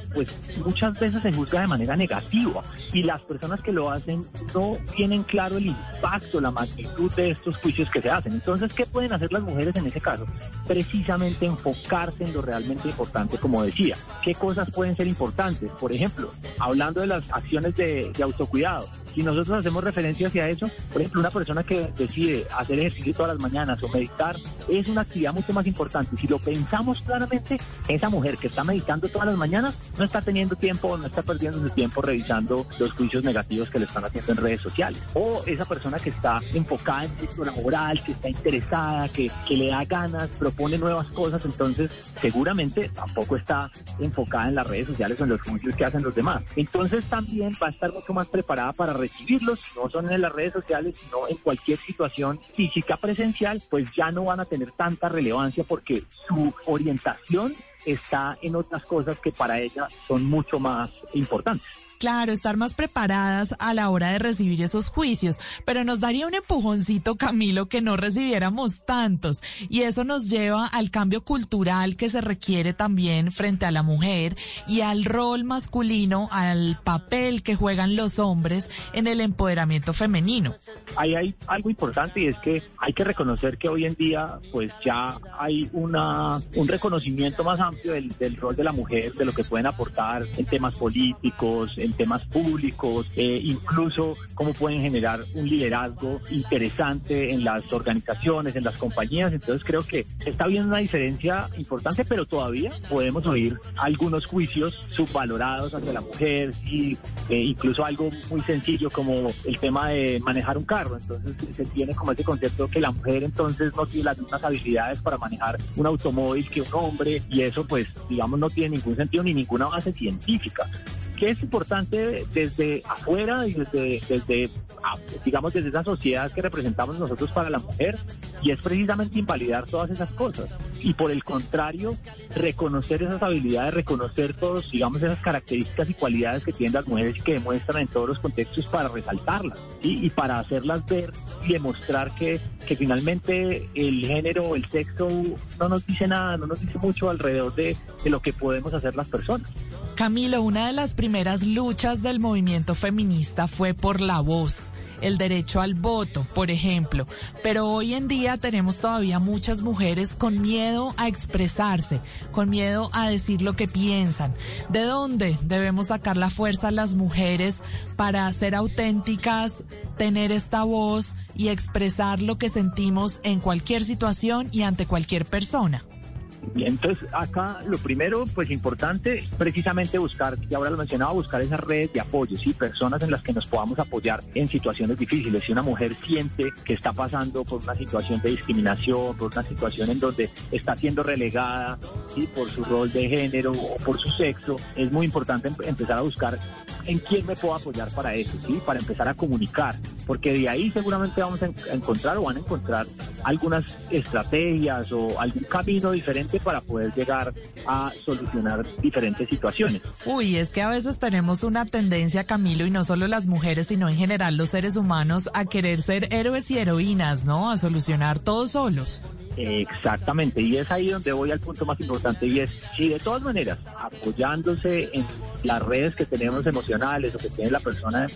pues muchas veces se juzga de manera negativa y las personas que lo hacen no tienen claro el impacto, la magnitud de estos juicios que se hacen. Entonces, ¿qué pueden hacer las mujeres en ese caso? Precisamente enfocarse en lo realmente importante, como decía. ¿Qué cosas pueden ser importantes? Por ejemplo, hablando de las acciones de autocuidado. Si nosotros hacemos referencia hacia eso, por ejemplo, una persona que decide hacer ejercicio todas las mañanas o meditar, es una actividad mucho más importante. Si lo pensamos claramente, esa mujer que está meditando todas las mañanas no está teniendo tiempo, no está perdiendo su tiempo revisando los juicios negativos que le están haciendo en redes sociales. O esa persona que está enfocada en su laboral, que está interesada, que le da ganas, propone nuevas cosas, entonces seguramente tampoco está enfocada en las redes sociales o en los juicios que hacen los demás. Entonces también va a estar mucho más preparada para recibirlos, no son en las redes sociales, sino en cualquier situación física presencial, pues ya no van a tener tanta relevancia porque su orientación está en otras cosas que para ella son mucho más importantes. Claro, estar más preparadas a la hora de recibir esos juicios, pero nos daría un empujoncito, Camilo, que no recibiéramos tantos, y eso nos lleva al cambio cultural que se requiere también frente a la mujer y al rol masculino, al papel que juegan los hombres en el empoderamiento femenino. Ahí hay algo importante y es que hay que reconocer que hoy en día pues ya hay un reconocimiento más amplio del rol de la mujer, de lo que pueden aportar en temas políticos, en temas públicos, incluso cómo pueden generar un liderazgo interesante en las organizaciones, en las compañías. Entonces creo que está habiendo una diferencia importante, pero todavía podemos oír algunos juicios subvalorados hacia la mujer y incluso algo muy sencillo como el tema de manejar un carro. Entonces se tiene como ese concepto que la mujer entonces no tiene las mismas habilidades para manejar un automóvil que un hombre, y eso pues digamos no tiene ningún sentido ni ninguna base científica. Que es importante desde afuera y desde esa sociedad que representamos nosotros para la mujer, y es precisamente invalidar todas esas cosas y por el contrario reconocer esas habilidades, reconocer todos, digamos, esas características y cualidades que tienen las mujeres y que demuestran en todos los contextos para resaltarlas, ¿sí? Y para hacerlas ver y demostrar que finalmente el género, el sexo no nos dice nada, no nos dice mucho alrededor de lo que podemos hacer las personas. Camilo, una de las primeras luchas del movimiento feminista fue por la voz, el derecho al voto, por ejemplo. Pero hoy en día tenemos todavía muchas mujeres con miedo a expresarse, con miedo a decir lo que piensan. ¿De dónde debemos sacar la fuerza las mujeres para ser auténticas, tener esta voz y expresar lo que sentimos en cualquier situación y ante cualquier persona? Entonces, acá lo primero, pues importante, precisamente buscar, y ahora lo mencionaba, buscar esas redes de apoyo, ¿sí? Personas en las que nos podamos apoyar en situaciones difíciles. Si una mujer siente que está pasando por una situación de discriminación, por una situación en donde está siendo relegada, ¿sí? Por su rol de género o por su sexo, es muy importante empezar a buscar en quién me puedo apoyar para eso, ¿sí? Para empezar a comunicar, porque de ahí seguramente vamos a encontrar o van a encontrar algunas estrategias o algún camino diferente para poder llegar a solucionar diferentes situaciones. Uy, es que a veces tenemos una tendencia, Camilo, y no solo las mujeres, sino en general los seres humanos, a querer ser héroes y heroínas, ¿no? A solucionar todos solos. Exactamente, y es ahí donde voy al punto más importante, y es, si de todas maneras, apoyándose en las redes que tenemos emocionales o que tiene la persona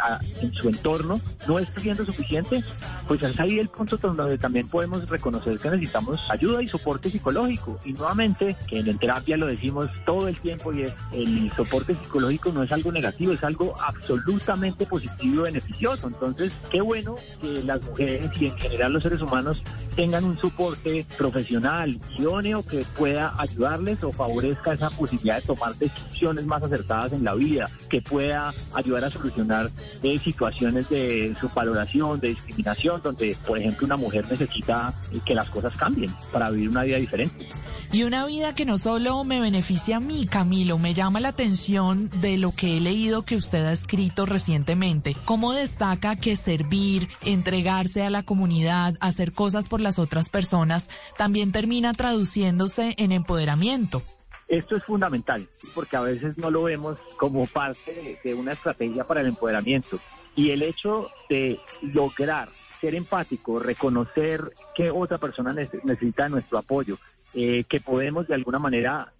en su entorno, no está siendo suficiente, pues es ahí el punto donde también podemos reconocer que necesitamos ayuda y soporte psicológico. Y nuevamente, que en terapia lo decimos todo el tiempo, y es, el soporte psicológico no es algo negativo, es algo absolutamente positivo y beneficioso. Entonces, qué bueno que las mujeres y en general los seres humanos tengan un soporte profesional idóneo que pueda ayudarles o favorezca esa posibilidad de tomar decisiones más acertadas en la vida, que pueda ayudar a solucionar situaciones de subvaloración, de discriminación, donde, por ejemplo, una mujer necesita que las cosas cambien para vivir una vida diferente. Y una vida que no solo me beneficia a mí, Camilo, me llama la atención de lo que he leído que usted ha escrito recientemente. ¿Cómo destaca que servir, entregarse a la comunidad, hacer cosas por las otras personas, también termina traduciéndose en empoderamiento? Esto es fundamental, porque a veces no lo vemos como parte de una estrategia para el empoderamiento. Y el hecho de lograr ser empático, reconocer que otra persona necesita de nuestro apoyo, que podemos de alguna manera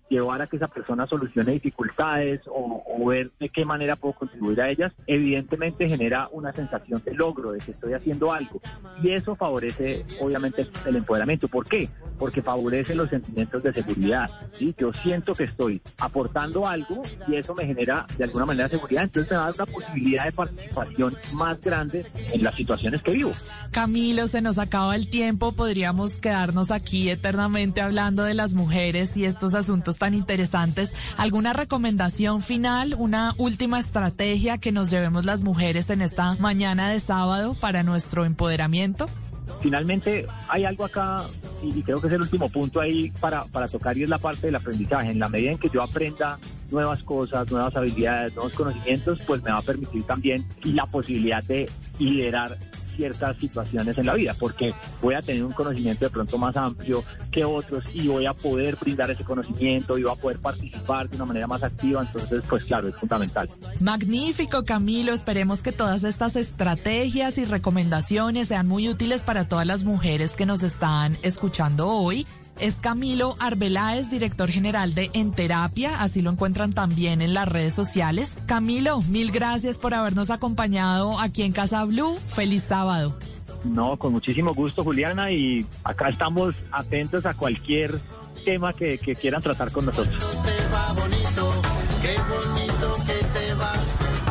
llevar a que esa persona solucione dificultades o ver de qué manera puedo contribuir a ellas, evidentemente genera una sensación de logro, de que estoy haciendo algo. Y eso favorece, obviamente, el empoderamiento. ¿Por qué? Porque favorece los sentimientos de seguridad, ¿sí? Yo siento que estoy aportando algo y eso me genera, de alguna manera, seguridad. Entonces me va a dar una posibilidad de participación más grande en las situaciones que vivo. Camilo, se nos acaba el tiempo. Podríamos quedarnos aquí eternamente hablando de las mujeres y estos asuntos tan interesantes. ¿Alguna recomendación final, una última estrategia que nos llevemos las mujeres en esta mañana de sábado para nuestro empoderamiento? Finalmente, hay algo acá, y creo que es el último punto ahí para tocar, y es la parte del aprendizaje. En la medida en que yo aprenda nuevas cosas, nuevas habilidades, nuevos conocimientos, pues me va a permitir también la posibilidad de liderar ciertas situaciones en la vida, porque voy a tener un conocimiento de pronto más amplio que otros y voy a poder brindar ese conocimiento y voy a poder participar de una manera más activa. Entonces, pues claro, es fundamental. Magnífico, Camilo. Esperemos que todas estas estrategias y recomendaciones sean muy útiles para todas las mujeres que nos están escuchando hoy. Es Camilo Arbeláez, director general de En Terapia, así lo encuentran también en las redes sociales. Camilo, mil gracias por habernos acompañado aquí en Casa Blue. Feliz sábado. No, con muchísimo gusto, Juliana, y acá estamos atentos a cualquier tema que quieran tratar con nosotros. Te va bonito, qué bonito que te va.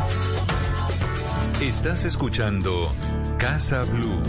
Estás escuchando Casa Blue.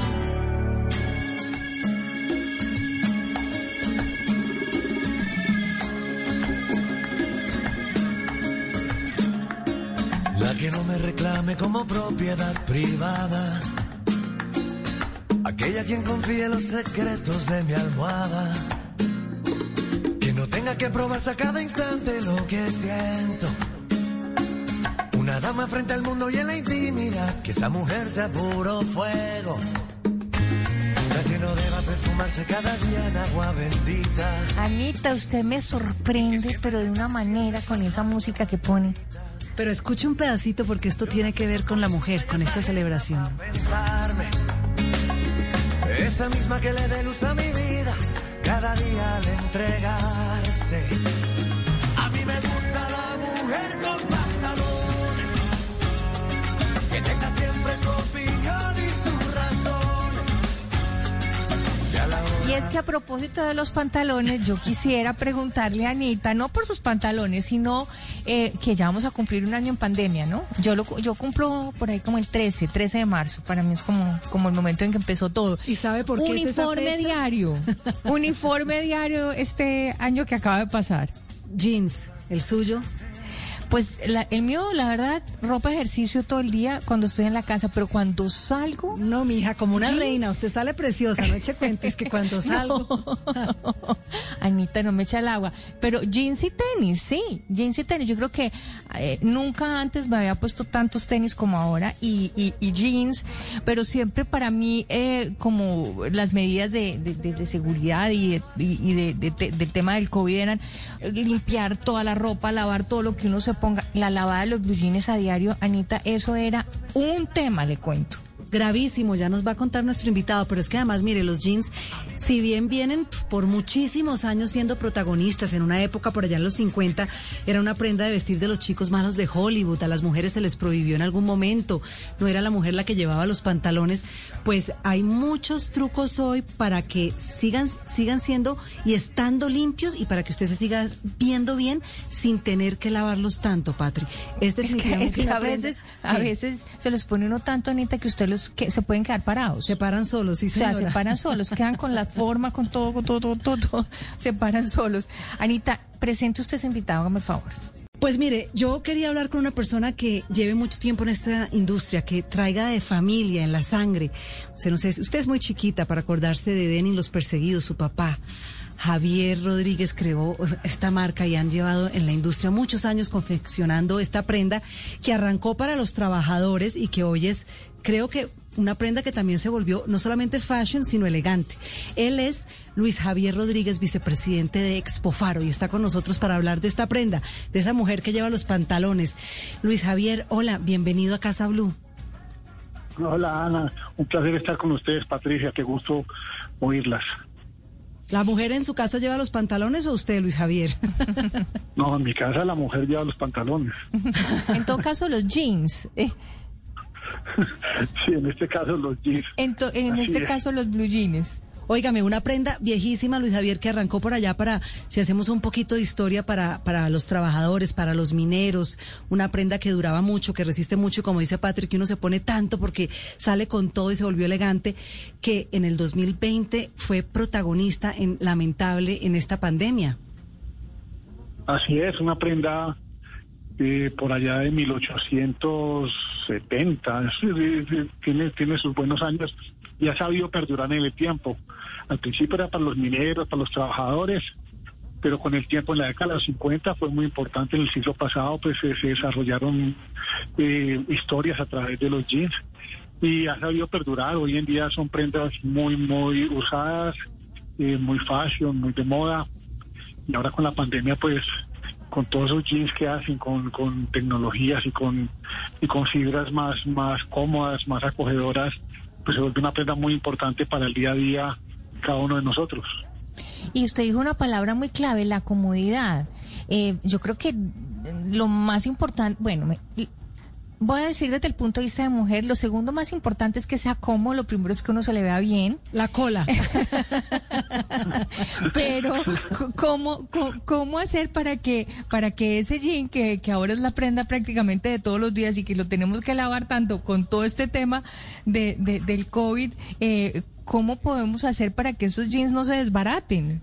La que no me reclame como propiedad privada, aquella quien confíe los secretos de mi almohada, que no tenga que probarse a cada instante lo que siento. Una dama frente al mundo y en la intimidad, que esa mujer sea puro fuego. La que no deba perfumarse cada día en agua bendita. Anita, usted me sorprende, pero de una manera con esa música que pone. Pero escuche un pedacito porque esto tiene que ver con la mujer, con esta celebración. Pensarme, esa misma que le dé luz a mi vida, cada día al entregarse. A mí me gusta la mujer con pantalón, que tenga siempre su opinión y su razón. Y es que a propósito de los pantalones, yo quisiera preguntarle a Anita, no por sus pantalones, sino que ya vamos a cumplir un año en pandemia, ¿no? Yo cumplo por ahí como el 13 de marzo, para mí es como el momento en que empezó todo. ¿Y sabe por qué uniforme diario? Uniforme diario este año que acaba de pasar. Jeans, ¿el suyo? Pues el mío, la verdad, ropa de ejercicio todo el día cuando estoy en la casa, pero cuando salgo... No, mija, como una jeans. Reina, usted sale preciosa, no eche cuenta, es que cuando salgo... No. Anita, no me echa el agua. Pero jeans y tenis, sí, jeans y tenis. Yo creo que nunca antes me había puesto tantos tenis como ahora y jeans, pero siempre para mí como las medidas de seguridad y del tema del COVID eran limpiar toda la ropa, lavar todo lo que uno se ponga. La lavada de los blue jeans a diario, Anita, eso era un tema, le cuento. Gravísimo, ya nos va a contar nuestro invitado, pero es que además, mire, los jeans, si bien vienen por muchísimos años siendo protagonistas, en una época por allá en los 50, era una prenda de vestir de los chicos malos de Hollywood, a las mujeres se les prohibió en algún momento, no era la mujer la que llevaba los pantalones, pues hay muchos trucos hoy para que sigan siendo y estando limpios y para que usted se siga viendo bien sin tener que lavarlos tanto, Patri. Es que a veces se los pone uno tanto, Anita, que usted que se pueden quedar parados. Se paran solos, sí, señora. O sea, se paran solos, quedan con la forma, con todo, se paran solos. Anita, presente usted su invitado, hágame el favor. Pues mire, yo quería hablar con una persona que lleve mucho tiempo en esta industria, que traiga de familia, en la sangre. O sea, no sé, usted es muy chiquita para acordarse de Denis Los Perseguidos, su papá. Javier Rodríguez creó esta marca y han llevado en la industria muchos años confeccionando esta prenda que arrancó para los trabajadores y que hoy es, creo que, una prenda que también se volvió no solamente fashion, sino elegante. Él es Luis Javier Rodríguez, vicepresidente de Expofaro, y está con nosotros para hablar de esta prenda, de esa mujer que lleva los pantalones. Luis Javier, hola, bienvenido a Casa Blue. Hola, Ana, un placer estar con ustedes, Patricia, qué gusto oírlas. ¿La mujer en su casa lleva los pantalones o usted, Luis Javier? No, en mi casa la mujer lleva los pantalones. En todo caso, los jeans. Sí, en este caso los jeans. En este caso, los blue jeans. Óigame, una prenda viejísima, Luis Javier, que arrancó por allá para, si hacemos un poquito de historia para los trabajadores, para los mineros, una prenda que duraba mucho, que resiste mucho, y como dice Patrick, que uno se pone tanto porque sale con todo y se volvió elegante, que en el 2020 fue protagonista lamentable en esta pandemia. Así es, una prenda por allá de 1870, tiene sus buenos años y ha sabido perdurar en el tiempo. Al principio era para los mineros, para los trabajadores, pero con el tiempo, en la década de los 50, fue muy importante. En el siglo pasado pues se desarrollaron historias a través de los jeans y ha sabido perdurar. Hoy en día son prendas muy usadas, muy fashion, muy de moda, y ahora con la pandemia pues con todos esos jeans que hacen con tecnologías y con fibras más cómodas, más acogedoras, pues se vuelve una prenda muy importante para el día a día cada uno de nosotros. Y usted dijo una palabra muy clave, la comodidad. Yo creo que lo más importante, voy a decir desde el punto de vista de mujer, lo segundo más importante es que sea cómodo, lo primero es que uno se le vea bien. La cola. Pero, ¿cómo hacer para que ese jean, que ahora es la prenda prácticamente de todos los días y que lo tenemos que lavar tanto con todo este tema del COVID, ¿cómo podemos hacer para que esos jeans no se desbaraten?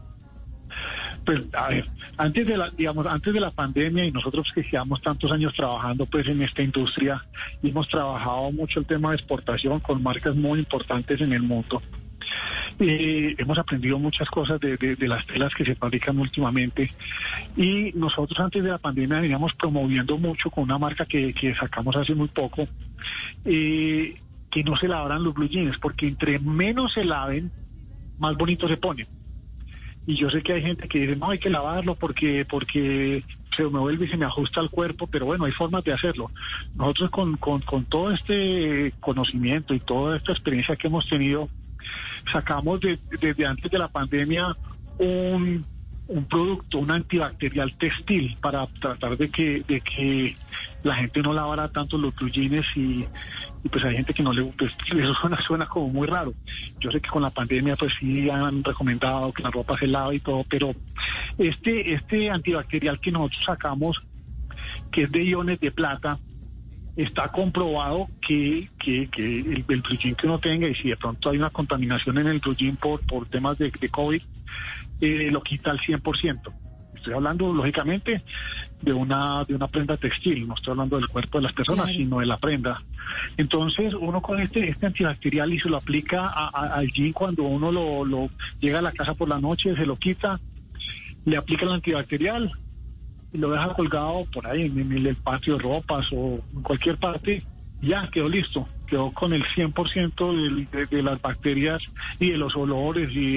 Pues, a ver, antes de la pandemia, y nosotros que llevamos tantos años trabajando pues en esta industria, y hemos trabajado mucho el tema de exportación con marcas muy importantes en el mundo. Hemos aprendido muchas cosas de las telas que se fabrican últimamente, y nosotros antes de la pandemia veníamos promoviendo mucho con una marca que sacamos hace muy poco, que no se lavaran los blue jeans, porque entre menos se laven, más bonito se pone. Y yo sé que hay gente que dice, no, hay que lavarlo porque se me vuelve y se me ajusta al cuerpo, pero bueno, hay formas de hacerlo. Nosotros con todo este conocimiento y toda esta experiencia que hemos tenido, sacamos desde antes de la pandemia un producto, un antibacterial textil, para tratar de que la gente no lavara tanto los blue jeans, y pues hay gente que no le gusta, eso suena como muy raro. Yo sé que con la pandemia pues sí han recomendado que la ropa se lave y todo, pero este antibacterial que nosotros sacamos, que es de iones de plata, está comprobado que el blue jean que uno tenga, y si de pronto hay una contaminación en el blue jean por temas de COVID, lo quita al 100%. Estoy hablando, lógicamente, de una prenda textil, no estoy hablando del cuerpo de las personas, claro, sino de la prenda. Entonces, uno con este antibacterial y se lo aplica al jean cuando uno lo llega a la casa por la noche, se lo quita, le aplica el antibacterial y lo deja colgado por ahí en el patio de ropas o en cualquier parte, ya quedó listo. Quedó con el 100% de las bacterias y de los olores y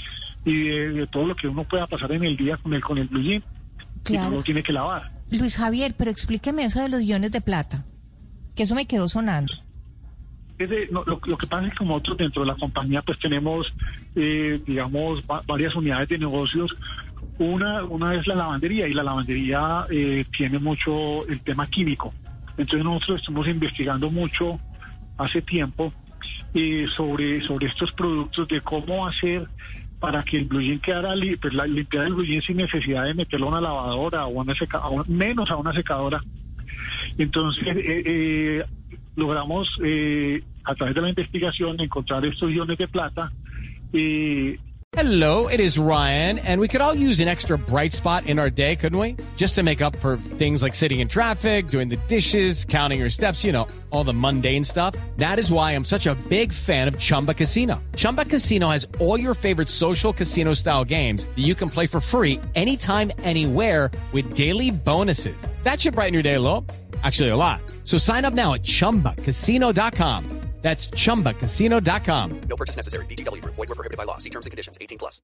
de todo lo que uno pueda pasar en el día con el blue jean. Claro. Y no lo tiene que lavar. Luis Javier, pero explíqueme eso de los iones de plata, que eso me quedó sonando. Lo que pasa es que como nosotros dentro de la compañía pues tenemos, varias unidades de negocios. Una es la lavandería, y la lavandería tiene mucho el tema químico. Entonces nosotros estamos investigando mucho hace tiempo sobre estos productos, de cómo hacer para que el blue jean quedara limpiar el blue jean sin necesidad de meterlo a una lavadora o menos a una secadora. Entonces logramos a través de la investigación encontrar estos iones de plata. Hello, it is Ryan, and we could all use an extra bright spot in our day, couldn't we? Just to make up for things like sitting in traffic, doing the dishes, counting your steps, all the mundane stuff. That is why I'm such a big fan of Chumba Casino. Chumba Casino has all your favorite social casino-style games that you can play for free anytime, anywhere, with daily bonuses. That should brighten your day a little. Actually, a lot. So sign up now at ChumbaCasino.com. That's ChumbaCasino.com. No purchase necessary. VGW Group. Void where prohibited by law. See terms and conditions. 18+.